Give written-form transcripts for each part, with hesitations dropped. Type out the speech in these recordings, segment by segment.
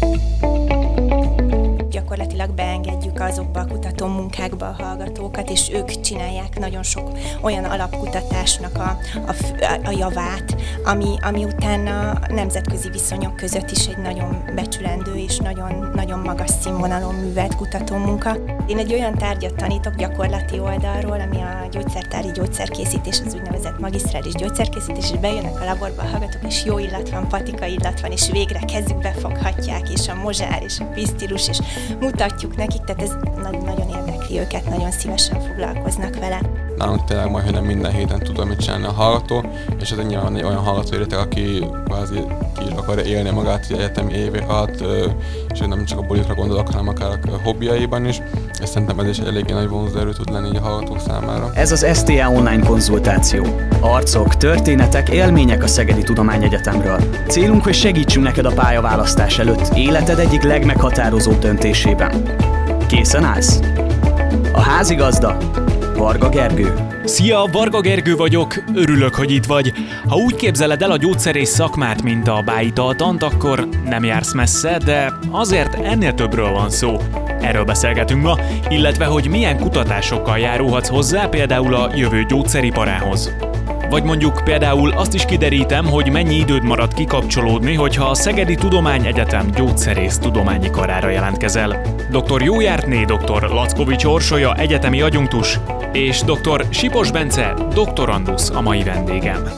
Gyakorlatilag beengedjük azokba a kutatómunkákba a hallgatókat, és ők csinálják nagyon sok olyan alapkutatásnak a javát, ami utána nemzetközi viszonyok között is egy nagyon becsülendő és nagyon, nagyon magas színvonalon művelt kutatómunka. Én egy olyan tárgyat tanítok gyakorlati oldalról, ami a gyógyszertári gyógyszerkészítés, az úgynevezett magisztrális gyógyszerkészítés, és bejönnek a laborba a hallgatók, és jó illat van, patika illat van, és végre kezükbe foghatják, és a mozsár, és a pisztilus, és mutatjuk nekik, tehát ez nagyon érdekli őket, nagyon szívesen foglalkoznak vele. Nálunk tényleg majdnem minden héten tudom, mit csinálni a hallgató, és ez nyilván egy olyan hallgató életek, aki kvázi ki is akarja élni magát az egyetemi évek alatt, és nem csak a bulikra gondolok, hanem akár a hobbiaiban is. És szerintem ez is eléggé nagy vonzóerő tud lenni a hallgatók számára. Ez az STA online konzultáció. Arcok, történetek, élmények a Szegedi Tudományegyetemről. Célunk, hogy segítsünk neked a pályaválasztás előtt életed egyik legmeghatározóbb döntésében. Készen állsz? A házigazda Varga Gergő. Szia, Varga Gergő vagyok, örülök, hogy itt vagy. Ha úgy képzeled el a gyógyszerész szakmát, mint a bájitaltant, akkor nem jársz messze, de azért ennél többről van szó. Erről beszélgetünk ma, illetve hogy milyen kutatásokkal járulhatsz hozzá például a jövő gyógyszeriparához. Vagy mondjuk például azt is kiderítem, hogy mennyi időd marad kikapcsolódni, hogyha a Szegedi Tudományegyetem gyógyszerész tudományi karára jelentkezel. Dr. Jójártné dr. Lackovics Orsolya egyetemi adjunktus, és dr. Sipos Bence doktorandusz a mai vendégem.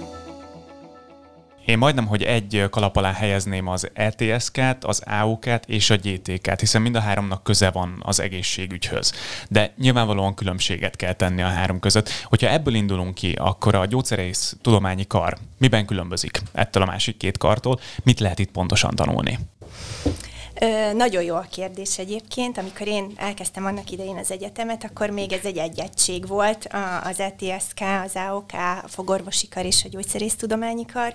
Én majdnem, hogy egy kalap alá helyezném az ETSK-t, az AOK-t és a GTK-t, hiszen mind a háromnak köze van az egészségügyhöz. De nyilvánvalóan különbséget kell tenni a három között. Hogyha ebből indulunk ki, akkor a gyógyszerész tudományi kar miben különbözik ettől a másik két kartól? Mit lehet itt pontosan tanulni? Nagyon jó a kérdés egyébként. Amikor én elkezdtem annak idején az egyetemet, akkor még ez egy egység volt, az ETSK, az AOK, a fogorvosi kar és a gyógyszerésztudományi kar,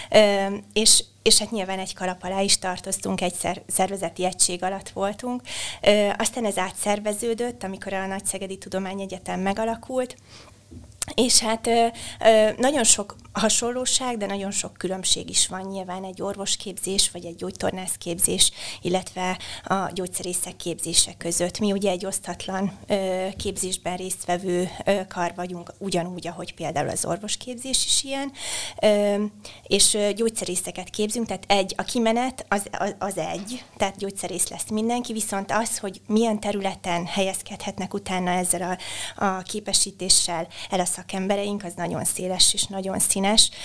és hát nyilván egy kalap alá is tartoztunk, egy szervezeti egység alatt voltunk. Aztán ez átszerveződött, amikor a Nagyszegedi Tudományegyetem megalakult, és hát nagyon sok hasonlóság, de nagyon sok különbség is van nyilván egy orvosképzés, vagy egy gyógytornászképzés, illetve a gyógyszerészek képzése között. Mi ugye egy osztatlan képzésben résztvevő kar vagyunk, ugyanúgy, ahogy például az orvosképzés is ilyen, és gyógyszerészeket képzünk, tehát a kimenet az egy, tehát gyógyszerész lesz mindenki, viszont az, hogy milyen területen helyezkedhetnek utána ezzel a képesítéssel el a szakembereink, az nagyon széles és nagyon színes,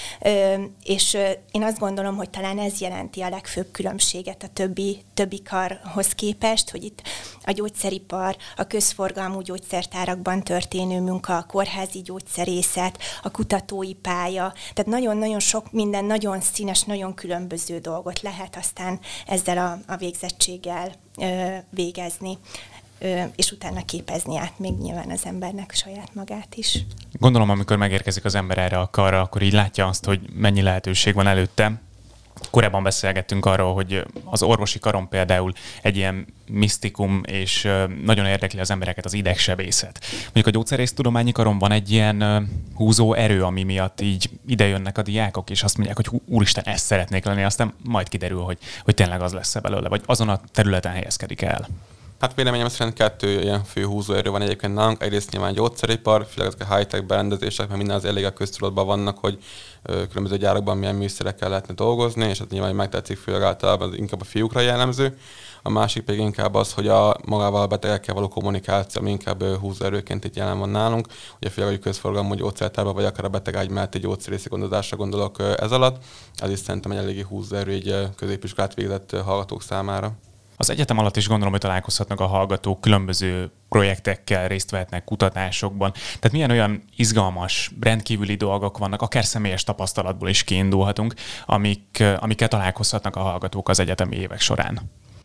és én azt gondolom, hogy talán ez jelenti a legfőbb különbséget a többi karhoz képest, hogy itt a gyógyszeripar, a közforgalmú gyógyszertárakban történő munka, a kórházi gyógyszerészet, a kutatói pálya, tehát nagyon-nagyon sok minden, nagyon színes, nagyon különböző dolgot lehet aztán ezzel a végzettséggel végezni, és utána képezni át még nyilván az embernek saját magát is. Gondolom, amikor megérkezik az ember erre a karra, akkor így látja azt, hogy mennyi lehetőség van előtte. Korábban beszélgettünk arról, hogy az orvosi karon például egy ilyen misztikum, és nagyon érdekli az embereket az idegsebészet. Mondjuk a gyógyszerésztudományi karon van egy ilyen húzó erő, ami miatt így idejönnek a diákok, és azt mondják, hogy úristen, ezt szeretnék lenni, aztán majd kiderül, hogy tényleg az lesz belőle, vagy azon a területen helyezkedik el. Hát véleményem szerint 2 ilyen fő húzóerő van egyébként nálunk. Egyrészt nyilván gyógyszeripar, főleg ezek a high-tech berendezések, mert minden az elég a köztudatban vannak, hogy különböző gyárakban milyen műszerekkel lehetne dolgozni, és hát nyilván megtetszik, főleg általában inkább a fiúkra jellemző. A másik pedig inkább az, hogy magával a betegekkel való kommunikáció, ami inkább húzóerőként itt jelen van nálunk. Ugye főleg a közforgalmú gyógyszertárban, vagy akár a betegágy melletti gyógyszerészi gondozásra gondolok ez alatt. Ez is szerintem egy eléggé húzóerő egy középiskolát végzett hallgatók számára. Az egyetem alatt is gondolom, hogy találkozhatnak a hallgatók, különböző projektekkel részt vehetnek, kutatásokban. Tehát milyen olyan izgalmas, rendkívüli dolgok vannak, akár személyes tapasztalatból is kiindulhatunk, amikkel találkozhatnak a hallgatók az egyetemi évek során.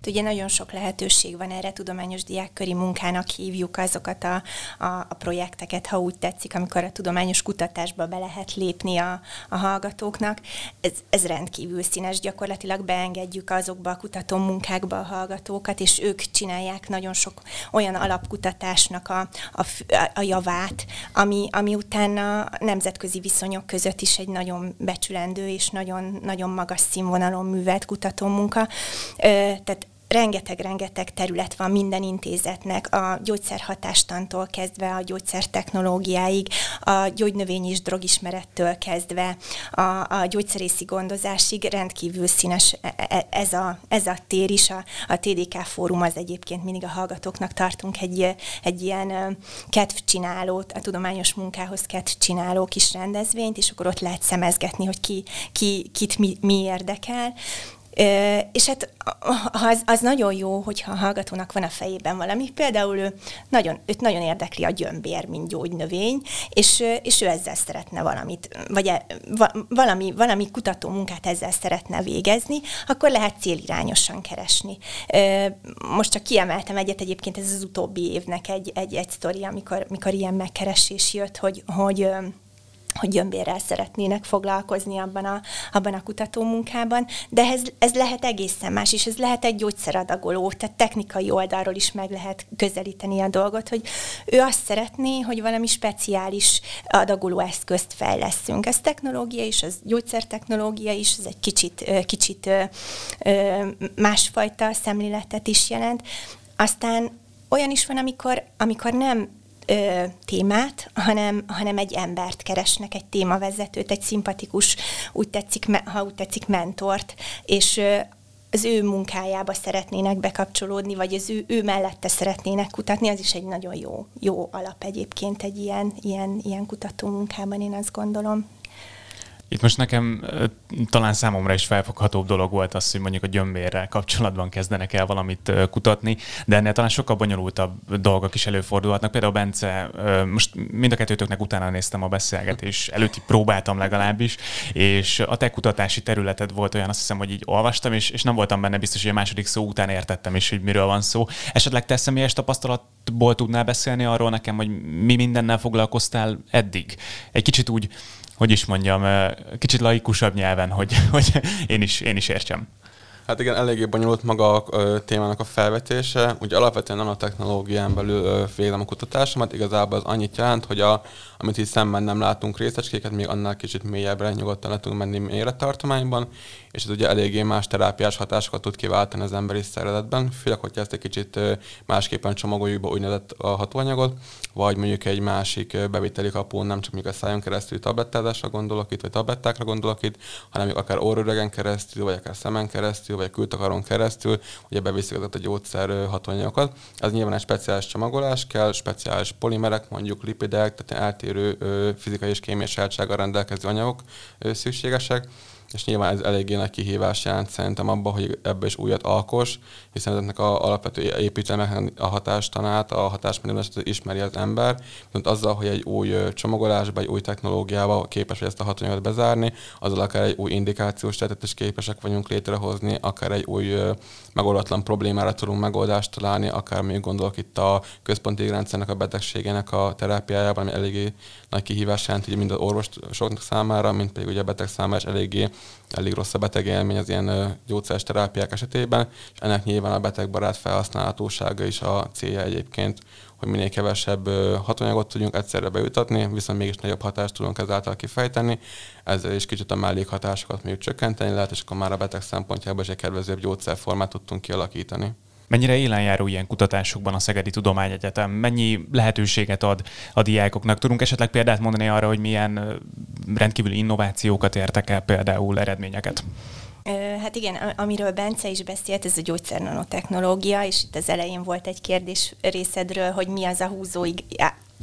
Ugye nagyon sok lehetőség van erre, tudományos diákköri munkának hívjuk azokat a projekteket, ha úgy tetszik, amikor a tudományos kutatásba be lehet lépni a hallgatóknak. Ez rendkívül színes, gyakorlatilag beengedjük azokba a kutató munkákba a hallgatókat, és ők csinálják nagyon sok olyan alapkutatásnak a javát, ami utána nemzetközi viszonyok között is egy nagyon becsülendő és nagyon, nagyon magas színvonalon művelt kutatómunka. Tehát rengeteg terület van minden intézetnek, a gyógyszerhatástantól kezdve a gyógyszertechnológiáig, a gyógynövény és drogismerettől kezdve a gyógyszerészi gondozásig rendkívül színes ez a tér is. A TDK fórum az egyébként mindig a hallgatóknak tartunk egy ilyen kedvcsinálót, a tudományos munkához kedvcsináló kis rendezvényt, és akkor ott lehet szemezgetni, hogy kit mi érdekel. És hát az nagyon jó, hogyha a hallgatónak van a fejében valami. Például őt nagyon érdekli a gyömbér, mint gyógynövény, és ő ezzel szeretne valamit, vagy valami kutató munkát ezzel szeretne végezni, akkor lehet célirányosan keresni. Most csak kiemeltem egyébként ez az utóbbi évnek egy sztori, amikor ilyen megkeresés jött, hogy gyömbérrel szeretnének foglalkozni abban a kutatómunkában, de ez lehet egészen más, és ez lehet egy gyógyszeradagoló, tehát technikai oldalról is meg lehet közelíteni a dolgot, hogy ő azt szeretné, hogy valami speciális adagoló eszközt fejleszünk. Ez technológia is, ez gyógyszertechnológia is, ez egy kicsit másfajta szemléletet is jelent. Aztán olyan is van, amikor nem témát, hanem egy embert keresnek, egy témavezetőt, egy szimpatikus, ha úgy tetszik, mentort, és az ő munkájába szeretnének bekapcsolódni, vagy az ő mellette szeretnének kutatni, az is egy nagyon jó alap egyébként egy ilyen kutató munkában, én azt gondolom. Itt most nekem talán számomra is felfoghatóbb dolog volt az, hogy mondjuk a gyömbérrel kapcsolatban kezdenek el valamit kutatni, de ennél talán sokkal bonyolultabb dolgok is előfordulhatnak. Például Bence, most mind a kettőtöknek utána néztem a beszélgetés, előtti próbáltam legalábbis, és a te kutatási területed volt olyan, azt hiszem, hogy így olvastam, és nem voltam benne biztos, hogy a második szó után értettem is, hogy miről van szó. Esetleg te személyes tapasztalatból tudnál beszélni arról nekem, hogy mi mindennel foglalkoztál eddig? Egy kicsit úgy, hogy is mondjam, kicsit laikusabb nyelven, hogy én is értsem. Hát igen, eléggé bonyolult maga a témának a felvetése. Ugye alapvetően nanotechnológián belül végzem a kutatásomat. Igazából az annyit jelent, hogy amit így szemben nem látunk részecskéket, még annál kicsit mélyebbre nyugodtan le tudunk menni mérettartományban, és ez ugye eléggé más terápiás hatásokat tud kiváltani az emberi szervezetben, főleg, hogyha ezt egy kicsit másképpen csomagoljuk be úgynevezett a hatóanyagot, vagy mondjuk egy másik beviteli kapun, nem csak mondjuk a szájon keresztül tablettázásra gondolok itt, vagy tablettákra gondolok itt, hanem akár orrüregen keresztül, vagy akár szemen keresztül, vagy a kültakaron keresztül, ugye beviszik a gyógyszer hatóanyagokat. Ez nyilván egy speciális csomagolás kell, speciális polimerek, mondjuk lipidek, tehát eltérő fizikai és kémiai sajátsággal rendelkező anyagok szükségesek, és nyilván ez eléggé nagy kihívás jelent szerintem abban, hogy ebbe is újat alkos, hiszen ezeknek az alapvető építőelemeknek a hatástanát, a hatásmérőletet ismeri az ember, viszont azzal, hogy egy új csomagolásba, egy új technológiával képes vagy ezt a hatóanyagot bezárni, azzal akár egy új indikációs területet is képesek vagyunk létrehozni, akár egy új megoldatlan problémára tudunk megoldást találni, akár még gondolok itt a központi rendszernek a betegségének a terápiájában, ami eléggé nagy kihívás jelent, ugye mind az orvosok számára, mint pedig ugye a beteg számára is elég rossz a beteg élmény az ilyen gyógyszeres terápiák esetében, és ennek nyilván a betegbarát felhasználhatósága is a célja egyébként, hogy minél kevesebb hatóanyagot tudjunk egyszerre bejutatni, viszont mégis nagyobb hatást tudunk ezáltal kifejteni, ezzel is kicsit a mellékhatásokat mondjuk csökkenteni lehet, és akkor már a beteg szempontjából is egy kedvezőbb gyógyszerformát tudtunk kialakítani. Mennyire élen járó ilyen kutatásokban a Szegedi Tudományegyetem? Mennyi lehetőséget ad a diákoknak? Tudunk esetleg példát mondani arra, hogy milyen rendkívüli innovációkat értek el, például eredményeket? Hát igen, amiről Bence is beszélt, ez a gyógyszer nanotechnológia, és itt az elején volt egy kérdés részedről, hogy mi az a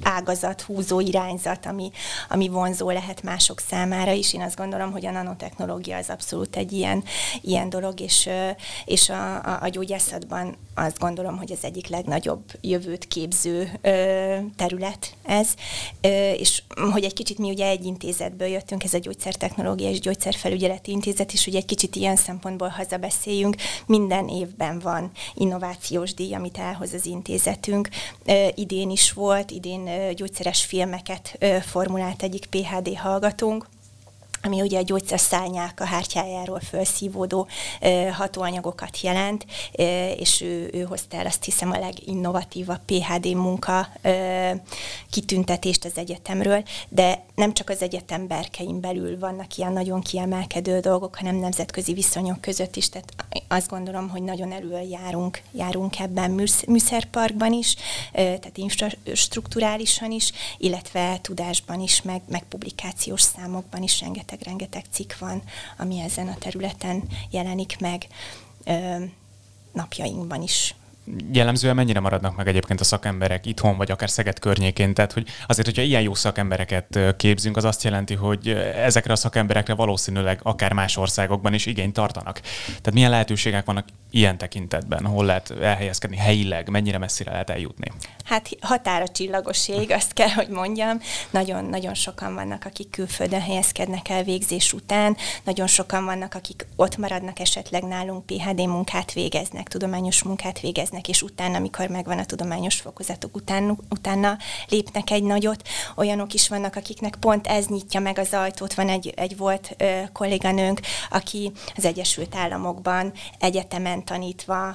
ágazat, húzó irányzat, ami vonzó lehet mások számára is. Én azt gondolom, hogy a nanotechnológia az abszolút egy ilyen dolog, és a gyógyászatban azt gondolom, hogy az egyik legnagyobb jövőt képző terület ez, és hogy egy kicsit mi ugye egy intézetből jöttünk, ez a Gyógyszertechnológia és Gyógyszerfelügyeleti Intézet, és ugye egy kicsit ilyen szempontból hazabeszéljünk, minden évben van innovációs díj, amit elhoz az intézetünk. Idén is volt, idén gyógyszeres filmeket formulált egyik PhD hallgatónk, ami ugye a gyógyszerszárnyák a hártyájáról felszívódó hatóanyagokat jelent, és ő hozta el, azt hiszem, a leginnovatívabb PhD munka kitüntetést az egyetemről, de nem csak az egyetem berkein belül vannak ilyen nagyon kiemelkedő dolgok, hanem nemzetközi viszonyok között is, tehát azt gondolom, hogy nagyon elől járunk ebben műszerparkban is, tehát infrastrukturálisan is, illetve tudásban is, meg publikációs számokban is rengeteg cikk van, ami ezen a területen jelenik meg napjainkban is. Jellemzően mennyire maradnak meg egyébként a szakemberek itthon, vagy akár Szeged környékén? Tehát, hogy azért, hogyha ilyen jó szakembereket képzünk, az azt jelenti, hogy ezekre a szakemberekre valószínűleg akár más országokban is igényt tartanak. Tehát milyen lehetőségek vannak ilyen tekintetben? Hol lehet elhelyezkedni helyileg? Mennyire messzire lehet eljutni? Hát határa csillagos ég, azt kell, hogy mondjam. Nagyon sokan vannak, akik külföldön helyezkednek el végzés után. Nagyon sokan vannak, akik ott maradnak, esetleg nálunk PhD munkát végeznek, tudományos munkát végeznek, és utána, amikor megvan a tudományos fokozatuk, utána lépnek egy nagyot. Olyanok is vannak, akiknek pont ez nyitja meg az ajtót. Van egy volt kolléganőnk, aki az Egyesült Államokban egyetemen tanítva,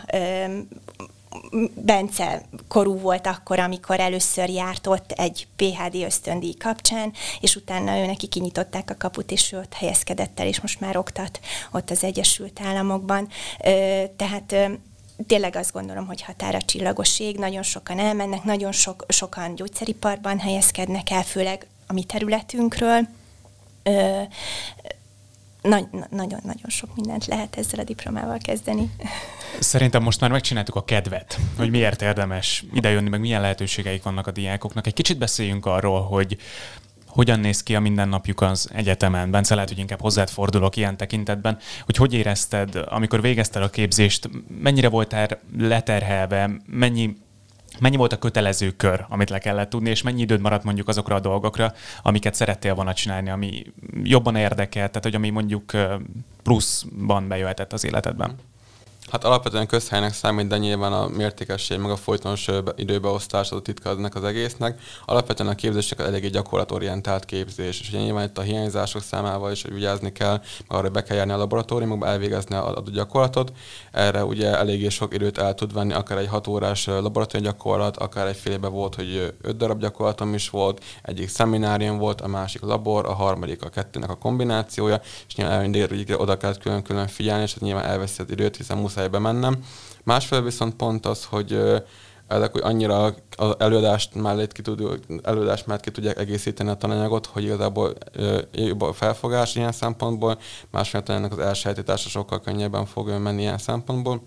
Bence korú volt akkor, amikor először járt ott egy PhD ösztöndíj kapcsán, és utána ő neki kinyitották a kaput, és ő ott helyezkedett el, és most már oktat ott az Egyesült Államokban. Tehát tényleg azt gondolom, hogy határa csillagos ég, nagyon sokan elmennek, nagyon sokan gyógyszeriparban helyezkednek el, főleg a mi területünkről. Nagyon sok mindent lehet ezzel a diplomával kezdeni. Szerintem most már megcsináltuk a kedvet, hogy miért érdemes idejönni, meg milyen lehetőségeik vannak a diákoknak. Egy kicsit beszéljünk arról, hogy hogyan néz ki a mindennapjuk az egyetemen. Bence, lehet, hogy inkább hozzád fordulok ilyen tekintetben, hogy érezted, amikor végezted a képzést, mennyire voltál leterhelve, mennyi volt a kötelező kör, amit le kellett tudni, és mennyi időd maradt mondjuk azokra a dolgokra, amiket szerettél volna csinálni, ami jobban érdekelt, tehát hogy ami mondjuk pluszban bejöhetett az életedben? Hát alapvetően közhelynek számít, de nyilván a mértékesség, meg a folytonos időbeosztás az a titka ennek az egésznek. Alapvetően a képzésnek eléggé gyakorlatorientált képzés, és ugye nyilván itt a hiányzások számával is vigyázni kell, meg arra be kell járni a laboratóriumokba, elvégezni a gyakorlatot. Erre ugye eléggé sok időt el tud venni, akár egy 6 órás laboratóriumi gyakorlat, akár egy fél évben volt, hogy 5 darab gyakorlatom is volt, egyik szeminárium volt, a másik labor, a harmadik a kettőnek a kombinációja, és nyilván mindig oda kell külön figyelni, és nyilván elveszi az időt, hiszen muszáj bemennem. Másfél viszont pont az, hogy ezek hogy annyira az előadást mellett ki tudják egészíteni a tananyagot, hogy igazából jobb a felfogás ilyen szempontból, másfél ennek az elsajátítása sokkal könnyebben fog menni ilyen szempontból.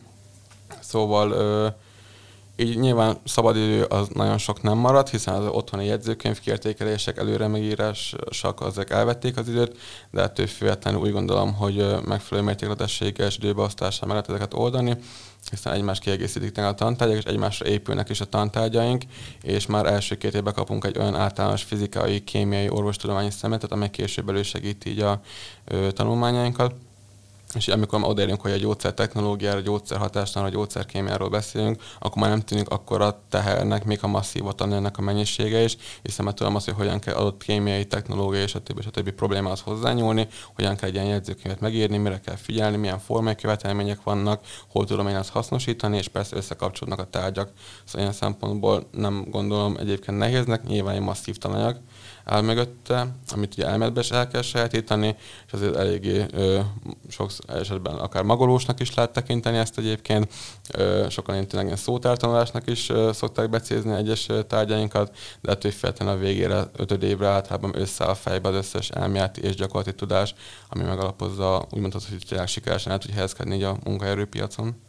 Szóval így nyilván szabadidő az nagyon sok nem marad, hiszen az otthoni jegyzőkönyv kiértékelések, előre megírásak, azok elvették az időt, de ettől függetlenül úgy gondolom, hogy megfelelő mértékletességes időbeosztással meg lehet ezeket oldani, hiszen egymást kiegészítik a tantárgyak, és egymásra épülnek is a tantárgyaink, és már első 2 évben kapunk egy olyan általános fizikai, kémiai, orvostudományi szemletet, amely később elősegíti így a tanulmányainkat. És amikor már odaérünk, hogy a gyógyszertechnológiáról, gyógyszerhatásnál, gyógyszerkémiáról beszélünk, akkor már nem tűnik akkora tehernek, még a masszív a tanulmánynak a mennyisége is, hiszen már tudom azt, hogy hogyan kell adott kémiai, technológiai és a többi problémához hozzányúlni, hogyan kell egy ilyen jegyzőkönyvet megírni, mire kell figyelni, milyen formai követelmények vannak, hol tudom én ezt hasznosítani, és persze összekapcsolódnak a tárgyak. Szóval ilyen szempontból nem gondolom egyébként nehéznek, nyilván egy masszív tananyag áll mögötte, amit ugye elméletben is el kell sajátítani, és azért eléggé sok esetben akár magolósnak is lehet tekinteni ezt egyébként. Sokan én tényleg ilyen szótártanulásnak is szokták becézni egyes tárgyainkat, de ettől feltétlenül a végére 5. évre általában összeáll fejbe az összes elméleti és gyakorlati tudás, ami megalapozza úgymond az, hogy tényleg sikeresen el tud helyezkedni a munkaerőpiacon.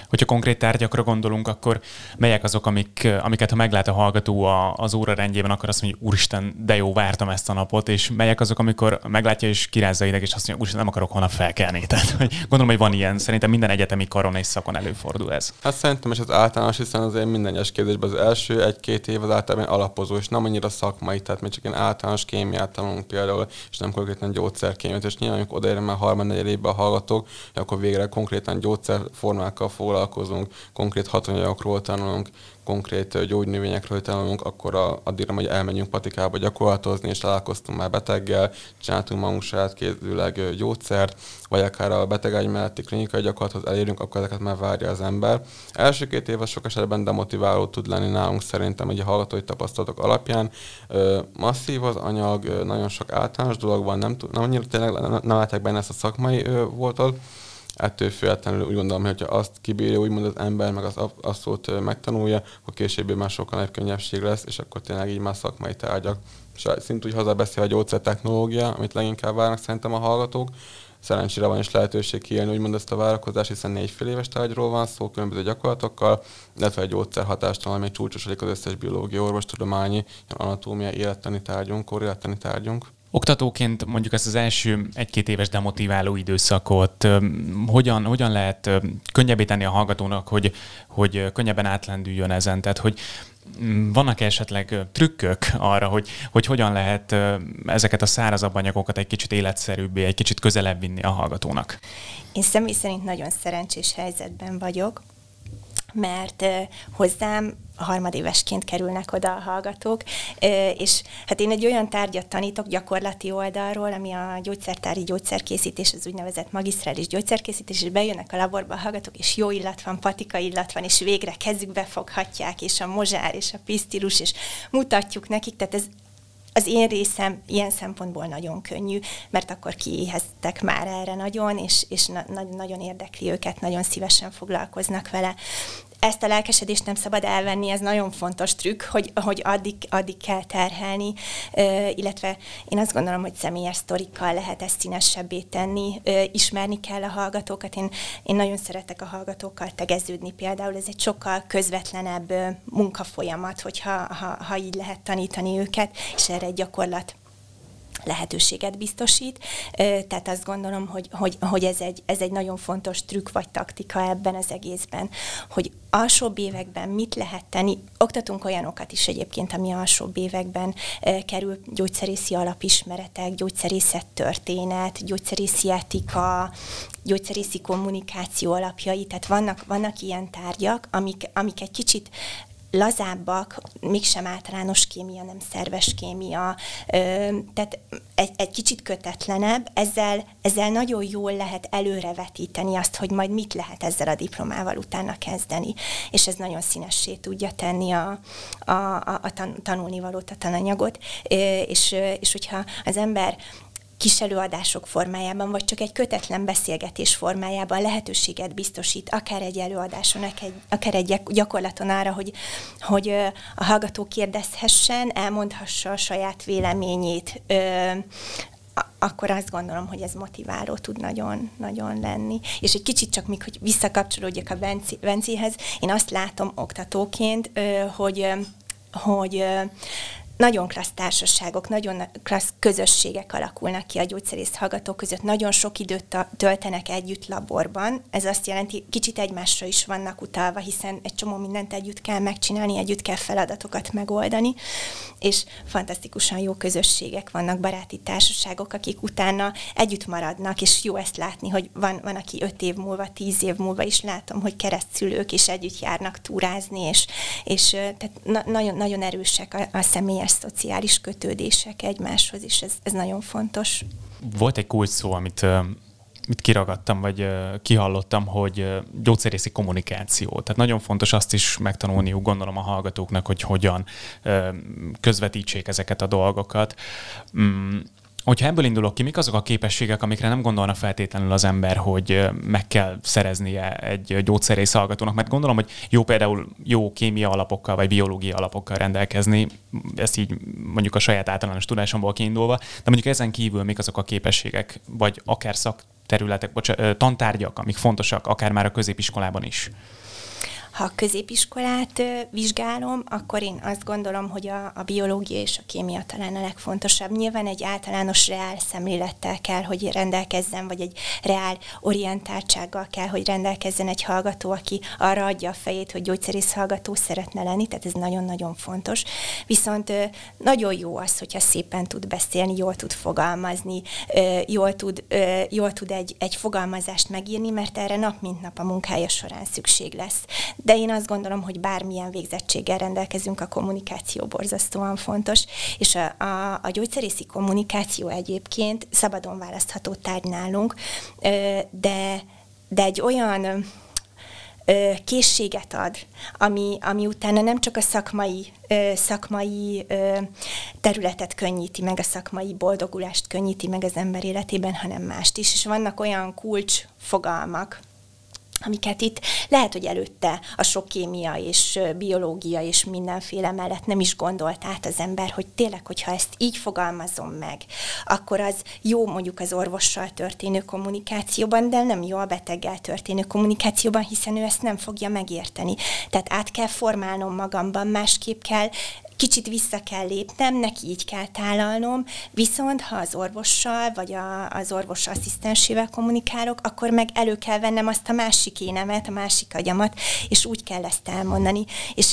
Hogyha konkrét tárgyakra gondolunk, akkor melyek azok, amiket ha meglát a hallgató az óra rendjében, akkor azt mondja, úristen, de jó, vártam ezt a napot, és melyek azok, amikor meglátja és kirázza ideg, és azt mondja, úristen, nem akarok holnap felkelni. Tehát gondolom, hogy van ilyen, szerintem minden egyetemi karon és szakon előfordul ez. Hát szerintem is az általános, hiszen azért minden egyes képzésben az első 1-2 év az általában alapozó, és nem annyira szakmai, tehát még csak ilyen általános kémiát tanulunk például, és nem konkrétan gyógyszerkémiát, és nyilván, amikor odaérnek már 3-4 évben a hallgatók, akkor végre konkrétan gyógyszerformákkal foglalkozunk, konkrét hatóanyagokról tanulunk, konkrét gyógynövényekről tanulunk, akkor addigra majd elmegyünk patikába gyakorlatozni, és találkoztunk már beteggel, csináltunk magunk saját kézüleg gyógyszert, vagy akár a betegágy melletti klinikai gyakorlathoz elérünk, akkor ezeket már várja az ember. Első 2 év az sok esetben demotiváló tud lenni nálunk szerintem, hogy a hallgatói tapasztalatok alapján. Masszív az anyag, nagyon sok általános dolog van, nem annyira tényleg nem látják benne ezt a szakmai voltot. Ettől függetlenül úgy gondolom, hogy ha azt kibírja úgymond az ember, meg az abszolút megtanulja, akkor később már sokkal nagyobb könnyebbség lesz, és akkor tényleg így már szakmai tárgyak. És szintúgy hazabeszél a gyógyszertechnológia, amit leginkább várnak szerintem a hallgatók. Szerencsére van is lehetőség kiélni úgymond ezt a várakozást, hiszen 4 fél éves tárgyról van szó, különböző gyakorlatokkal, illetve egy gyógyszerhatástalan, ami csúcsosodik az összes biológia, orvostudományi, anatómia, élettani tárgyunk, élettani tárgyunk. Oktatóként mondjuk ezt az első 1-2 éves demotiváló időszakot hogyan lehet könnyebbé tenni a hallgatónak, hogy könnyebben átlendüljön ezen? Tehát, hogy vannak esetleg trükkök arra, hogy hogyan lehet ezeket a szárazabb anyagokat egy kicsit életszerűbbé, egy kicsit közelebb vinni a hallgatónak? Én személy szerint nagyon szerencsés helyzetben vagyok, mert hozzám harmadévesként kerülnek oda a hallgatók, és hát én egy olyan tárgyat tanítok gyakorlati oldalról, ami a gyógyszertári gyógyszerkészítés, az úgynevezett magisztrális gyógyszerkészítés, és bejönnek a laborba a hallgatók, és jó illat van, patika illat van, és végre kezükbe foghatják, és a mozsár, és a pisztilus, és mutatjuk nekik, tehát ez az én részem ilyen szempontból nagyon könnyű, mert akkor kiéheztek már erre nagyon, és nagyon érdekli őket, nagyon szívesen foglalkoznak vele. Ezt a lelkesedést nem szabad elvenni, ez nagyon fontos trükk, hogy addig kell terhelni, illetve én azt gondolom, hogy személyes sztorikkal lehet ezt színesebbé tenni, ismerni kell a hallgatókat. Én nagyon szeretek a hallgatókkal tegeződni például, ez egy sokkal közvetlenebb munkafolyamat, hogyha így lehet tanítani őket, és erre egy gyakorlat lehetőséget biztosít. Tehát azt gondolom, hogy ez egy nagyon fontos trükk vagy taktika ebben az egészben, hogy alsóbb években mit lehet tenni. Oktatunk olyanokat is egyébként, ami alsóbb években kerül, gyógyszerészi alapismeretek, gyógyszerészettörténet, gyógyszerészi etika, gyógyszerészi kommunikáció alapjai, tehát vannak ilyen tárgyak, amik egy kicsit lazábbak, mégsem általános kémia, nem szerves kémia, tehát egy kicsit kötetlenebb, ezzel nagyon jól lehet előrevetíteni azt, hogy majd mit lehet ezzel a diplomával utána kezdeni, és ez nagyon színessé tudja tenni a tanulnivalót, a tananyagot, és hogyha az ember kis előadások formájában, vagy csak egy kötetlen beszélgetés formájában lehetőséget biztosít, akár egy előadáson, akár egy gyakorlaton arra, hogy a hallgató kérdezhessen, elmondhassa a saját véleményét, akkor azt gondolom, hogy ez motiváló tud nagyon, nagyon lenni. És egy kicsit csak még, hogy visszakapcsolódjak a Bencéhez, én azt látom oktatóként, hogy nagyon klassz társaságok, nagyon klassz közösségek alakulnak ki a gyógyszerész hallgatók között, nagyon sok időt töltenek együtt laborban. Ez azt jelenti, kicsit egymásra is vannak utalva, hiszen egy csomó mindent együtt kell megcsinálni, együtt kell feladatokat megoldani, és fantasztikusan jó közösségek vannak, baráti társaságok, akik utána együtt maradnak, és jó ezt látni, hogy van aki 5 év múlva, 10 év múlva is látom, hogy keresztszülők is együtt járnak túrázni, és tehát nagyon, nagyon erősek a személyes szociális kötődések egymáshoz, és ez nagyon fontos. Volt egy kulcs szó, amit kiragadtam, vagy kihallottam, hogy gyógyszerészi kommunikáció. Tehát nagyon fontos azt is megtanulniuk, gondolom a hallgatóknak, hogy hogyan közvetítsék ezeket a dolgokat. Hogyha ebből indulok ki, mik azok a képességek, amikre nem gondolna feltétlenül az ember, hogy meg kell szereznie egy gyógyszerész hallgatónak? Mert gondolom, hogy például jó kémia alapokkal vagy biológia alapokkal rendelkezni, ezt így mondjuk a saját általános tudásomból kiindulva, de mondjuk ezen kívül mik azok a képességek, vagy akár szakterületek, tantárgyak, amik fontosak, akár már a középiskolában is? Ha a középiskolát vizsgálom, akkor én azt gondolom, hogy a biológia és a kémia talán a legfontosabb. Nyilván egy általános reál szemlélettel kell, hogy rendelkezzen, vagy egy reál orientáltsággal kell, hogy rendelkezzen egy hallgató, aki arra adja a fejét, hogy gyógyszerész hallgató szeretne lenni, tehát ez nagyon-nagyon fontos. Viszont nagyon jó az, hogyha szépen tud beszélni, jól tud fogalmazni, jól tud egy fogalmazást megírni, mert erre nap mint nap a munkája során szükség lesz. De én azt gondolom, hogy bármilyen végzettséggel rendelkezünk, a kommunikáció borzasztóan fontos, és a gyógyszerészi kommunikáció egyébként szabadon választható tárgy nálunk, de egy olyan készséget ad, ami utána nem csak a szakmai területet könnyíti meg, a szakmai boldogulást könnyíti meg az ember életében, hanem mást is. És vannak olyan kulcsfogalmak, amiket itt lehet, hogy előtte a sok kémia és biológia és mindenféle mellett nem is gondolt át az ember, hogy tényleg, hogyha ezt így fogalmazom meg, akkor az jó mondjuk az orvossal történő kommunikációban, de nem jó a beteggel történő kommunikációban, hiszen ő ezt nem fogja megérteni. Tehát át kell formálnom magamban, másképp kell, kicsit vissza kell lépnem, neki így kell tálalnom, viszont ha az orvossal, vagy az orvos asszisztensével kommunikálok, akkor meg elő kell vennem azt a másik énemet, a másik agyamat, és úgy kell ezt elmondani, és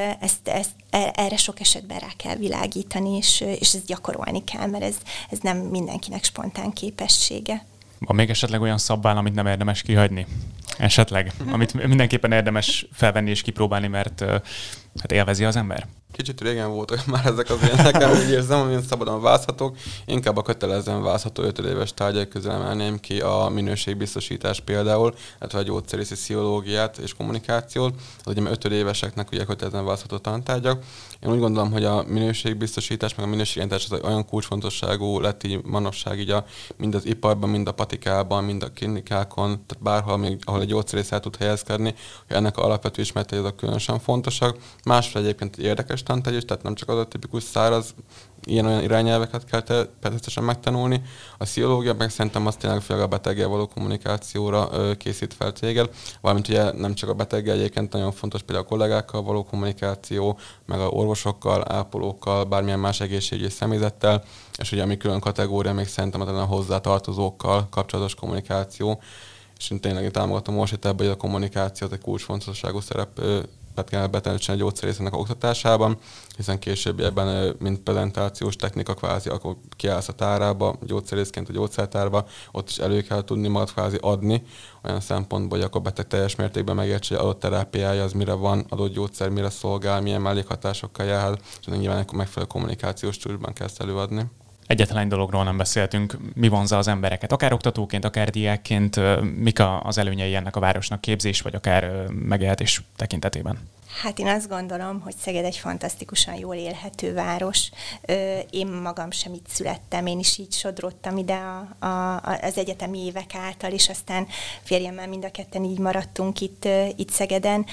erre sok esetben rá kell világítani, és ezt gyakorolni kell, mert ez nem mindenkinek spontán képessége. Van még esetleg olyan szabvány, amit nem érdemes kihagyni? Esetleg? Amit mindenképpen érdemes felvenni és kipróbálni, mert hát élvezi az ember? Kicsit régen voltak már ezek az ilyenek, úgy érzem, amin szabadon választhatok. Inkább a kötelezően választható 5 éves tárgyak közül emelném ki a minőségbiztosítás például, illetve a gyógyszerészi pszichológiát és kommunikációt. Az ugye 5 éveseknek ugye kötelezően választható tantárgyak. Én úgy gondolom, hogy a minőségbiztosítás, meg a minőségjelentés az olyan kulcsfontosságú lett így manapság így mind az iparban, mind a patikában, mind a klinikákon, tehát bárhol, ahol egy gyógyszerész el tud helyezkedni, hogy ennek a alapvető ismeretei azok különösen fontosak. Másfél egyébként érdekes tantárgy is, tehát nem csak az a tipikus száraz, ilyen-olyan irányelveket kell természetesen megtanulni. A pszichológia meg szerintem azt tényleg főleg a beteggel való kommunikációra készít fel téged, valamint ugye nem csak a beteggel, egyébként nagyon fontos például a kollégákkal való kommunikáció, meg a orvosokkal, ápolókkal, bármilyen más egészségügyi személyzettel, és ugye ami külön kategória még szerintem a hozzátartozókkal kapcsolatos kommunikáció, és én tényleg támogatom most itt ebben, hogy a kommunikáció egy kulcsfontosságú szerepet kell betölteni a gyógyszerésznek oktatásában, hiszen későbbiekben, mint prezentációs technika kvázi, akkor kiállsz a tárába, gyógyszerészként a gyógyszertárba, ott is elő kell tudni magad kvázi adni, olyan szempontból, hogy akkor beteg teljes mértékben megértse, hogy adott terápiája az mire van, adott gyógyszer mire szolgál, milyen mellékhatásokkal járhat, és nyilván megfelelő kommunikációs stílusban kell ezt előadni. Egyetlen dologról nem beszéltünk, mi vonzza az embereket, akár oktatóként, akár diákként, mik az előnyei ennek a városnak, képzés, vagy akár megélhetés tekintetében? Hát én azt gondolom, hogy Szeged egy fantasztikusan jól élhető város. Én magam sem itt születtem, én is így sodródtam ide az egyetemi évek által, és aztán férjemmel mind a ketten így maradtunk itt Szegeden.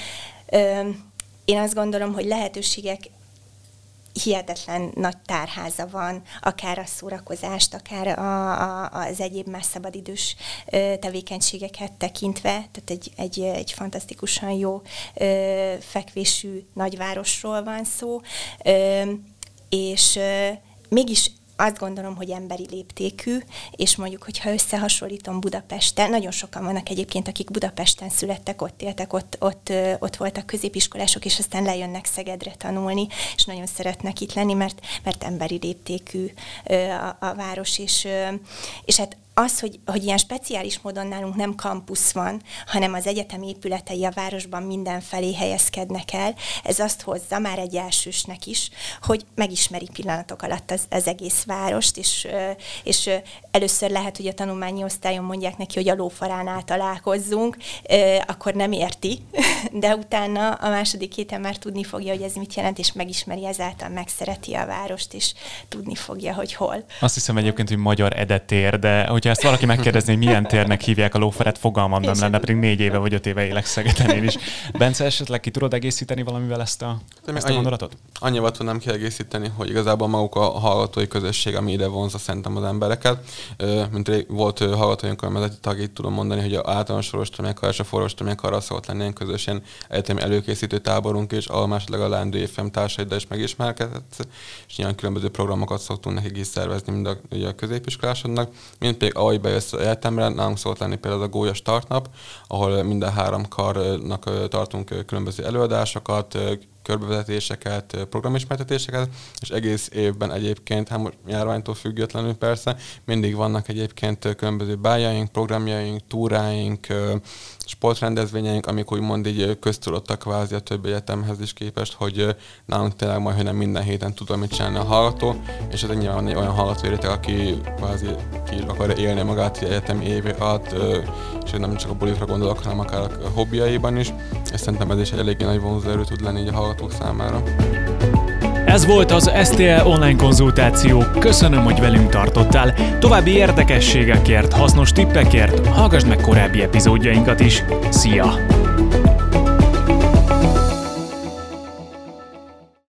Én azt gondolom, hogy lehetőségek hihetetlen nagy tárháza van, akár a szórakozást, akár az egyéb más szabadidős tevékenységeket tekintve, tehát egy fantasztikusan jó fekvésű nagyvárosról van szó, és mégis azt gondolom, hogy emberi léptékű, és mondjuk, hogyha összehasonlítom Budapesten, nagyon sokan vannak egyébként, akik Budapesten születtek, ott éltek, ott voltak középiskolások, és aztán lejönnek Szegedre tanulni, és nagyon szeretnek itt lenni, mert emberi léptékű a város, és hát az, hogy ilyen speciális módon nálunk nem kampusz van, hanem az egyetem épületei a városban mindenfelé helyezkednek el, ez azt hozza már egy elsősnek is, hogy megismeri pillanatok alatt az egész várost, és először lehet, hogy a tanulmányi osztályon mondják neki, hogy a lófaránál találkozzunk, akkor nem érti, de utána a második héten már tudni fogja, hogy ez mit jelent, és megismeri, ezáltal megszereti a várost, és tudni fogja, hogy hol. Azt hiszem egyébként, hogy Magyar Edetér, de hogyha ezt valaki megkérdezni, hogy milyen térnek hívják a lófarát, fogalmam nem lenne, pedig 4 éve vagy 5 éve élek Szegeden én is. Bence, esetleg ki tudod egészíteni valamivel ezt a gondolatot? Annyival tudnám kiegészíteni, hogy igazából maguk a hallgatói közösség, ami ide vonzza szerintem az embereket. Mint volt hallgatói önkormányzati tag, így tudom mondani, hogy az általános orvostudománykar és a forrostudománykar arra szokott lenni ilyen közösen egyetemi előkészítő táborunk is, ahol másodleg a leendő évfolyam társaiddal is megismerkedett, és nyilván különböző programokat szoktunk nekik is szervezni, mind a középiskolásodnak, mint pedig ahogy bejössz az egyetemre, nálunk szokott lenni például a Gólya Startnap, ahol minden 3 karnak tartunk különböző előadásokat, körbevezetéseket, programismertetéseket, és egész évben egyébként, hát most járványtól függetlenül persze, mindig vannak egyébként különböző bájaink, programjaink, túráink, sportrendezvényeink, amik úgymond így köztudottak kvázi a többi egyetemhez is képest, hogy nálunk tényleg majdnem minden héten tud mit csinálni a hallgató, és ez nyilván egy olyan hallgató réteg, aki kvázi ki akarja élni magát az egyetemi éve alatt, és nem csak a bulikra gondolok, hanem akár a hobbiaiban is, és szerintem ez is egy eléggé nagy vonzóerő tud lenni így a hallgatók számára. Ez volt az STL online konzultáció. Köszönöm, hogy velünk tartottál. További érdekességekért, hasznos tippekért hallgassd meg korábbi epizódjainkat is. Szia!